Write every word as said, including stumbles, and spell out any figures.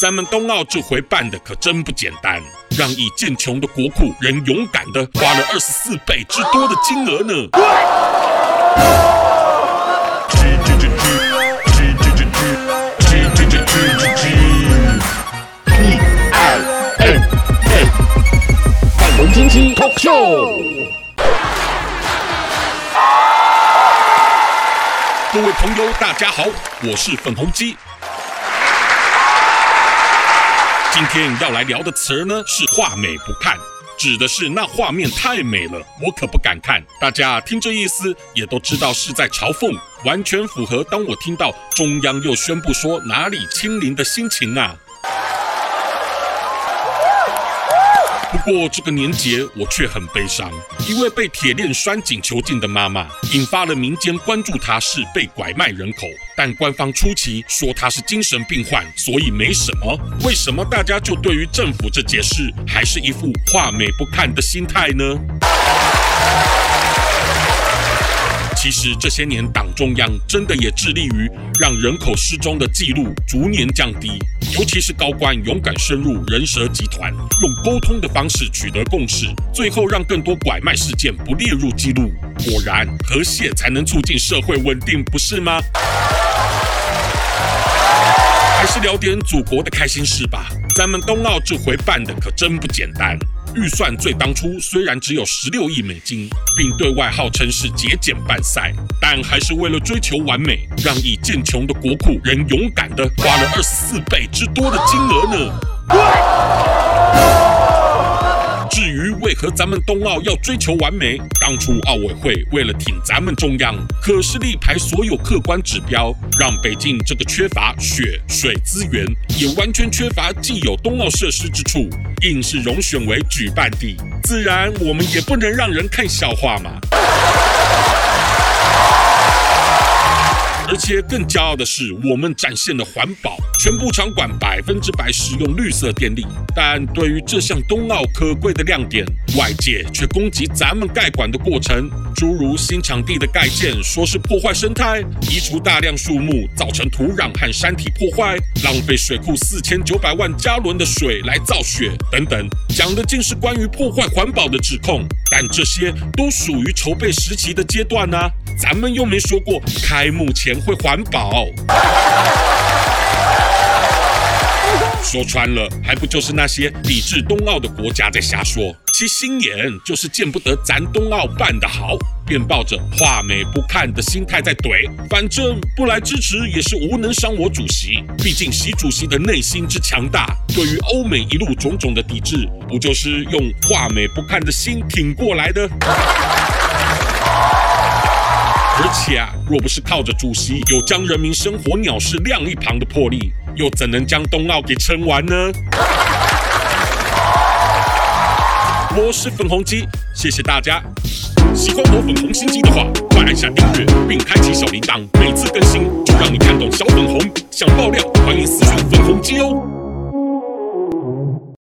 咱们冬奥这回办的可真不简单，让以建穷的国库仍勇敢的花了二十四倍之多的金额呢。 粉红经济 Talk Show。 各位朋友，大家好，我是粉红鸡。今天要来聊的词呢是画美不看，指的是那画面太美了，我可不敢看。大家听这意思也都知道是在嘲讽，完全符合当我听到中央又宣布说哪里清零的心情啊。不过这个年节我却很悲伤，一位被铁链拴紧囚禁的妈妈，引发了民间关注她是被拐卖人口，但官方初期说她是精神病患，所以没什么。为什么大家就对于政府这解释还是一副画美不看的心态呢？其实这些年党中央真的也致力于让人口失踪的记录逐年降低，尤其是高官勇敢深入人蛇集团，用沟通的方式取得共识，最后让更多拐卖事件不列入记录。果然和谐才能促进社会稳定，不是吗？还是聊点祖国的开心事吧。咱们冬奥这回办的可真不简单，预算最当初虽然只有十六亿美金，并对外号称是节俭办赛，但还是为了追求完美，让以建穷的国库仍勇敢的花了二十四倍之多的金额呢。至于为何咱们冬奥要追求完美，当初奥委会为了挺咱们中央，可是力排所有客观指标，让北京这个缺乏血水资源，也完全缺乏既有冬奥设施之处，硬是荣选为举办地，自然我们也不能让人看笑话嘛。而且更骄傲的是，我们展现了环保，全部场馆百分之百使用绿色电力。但对于这项冬奥可贵的亮点，外界却攻击咱们盖馆的过程，诸如新场地的盖建说是破坏生态，移除大量树木，造成土壤和山体破坏，浪费水库四千九百万加仑的水来造雪等等，讲的竟是关于破坏环保的指控。但这些都属于筹备时期的阶段啊，咱们又没说过开幕前会环保。说穿了，还不就是那些抵制冬奥的国家在瞎说，其心眼就是见不得咱冬奥办得好，便抱着画美不看的心态在怼，反正不来支持也是无能伤我主席。毕竟习主席的内心之强大，对于欧美一路种种的抵制，不就是用画美不看的心挺过来的？而且啊，若不是靠着主席有将人民生活鸟事晾一旁的魄力，又怎能将冬奥给撑完呢？我是粉红鸡，谢谢大家。喜欢我粉红心机的话，快按下订阅并开启小铃铛，每次更新就让你看懂小粉红。想爆料，欢迎私讯粉红鸡哦。